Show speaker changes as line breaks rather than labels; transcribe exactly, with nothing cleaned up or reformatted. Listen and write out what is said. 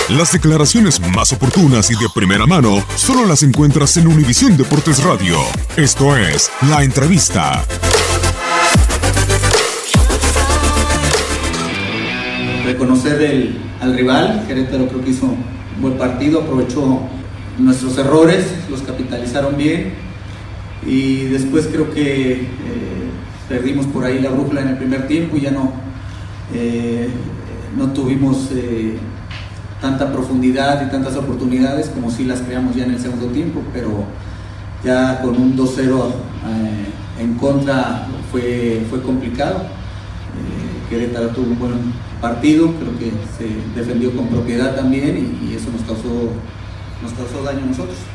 Las declaraciones más oportunas y de primera mano solo las encuentras en Univisión Deportes Radio. Esto es La Entrevista.
Reconocer el, al rival. Querétaro creo que hizo un buen partido, aprovechó nuestros errores, los capitalizaron bien y después creo que eh, perdimos por ahí la brújula en el primer tiempo y ya no, eh, no tuvimos eh, tanta profundidad y tantas oportunidades como si las creamos ya en el segundo tiempo, pero ya con un dos cero eh, en contra fue, fue complicado. Eh, Querétaro tuvo un buen partido, creo que se defendió con propiedad también y, y eso nos causó, nos causó daño a nosotros.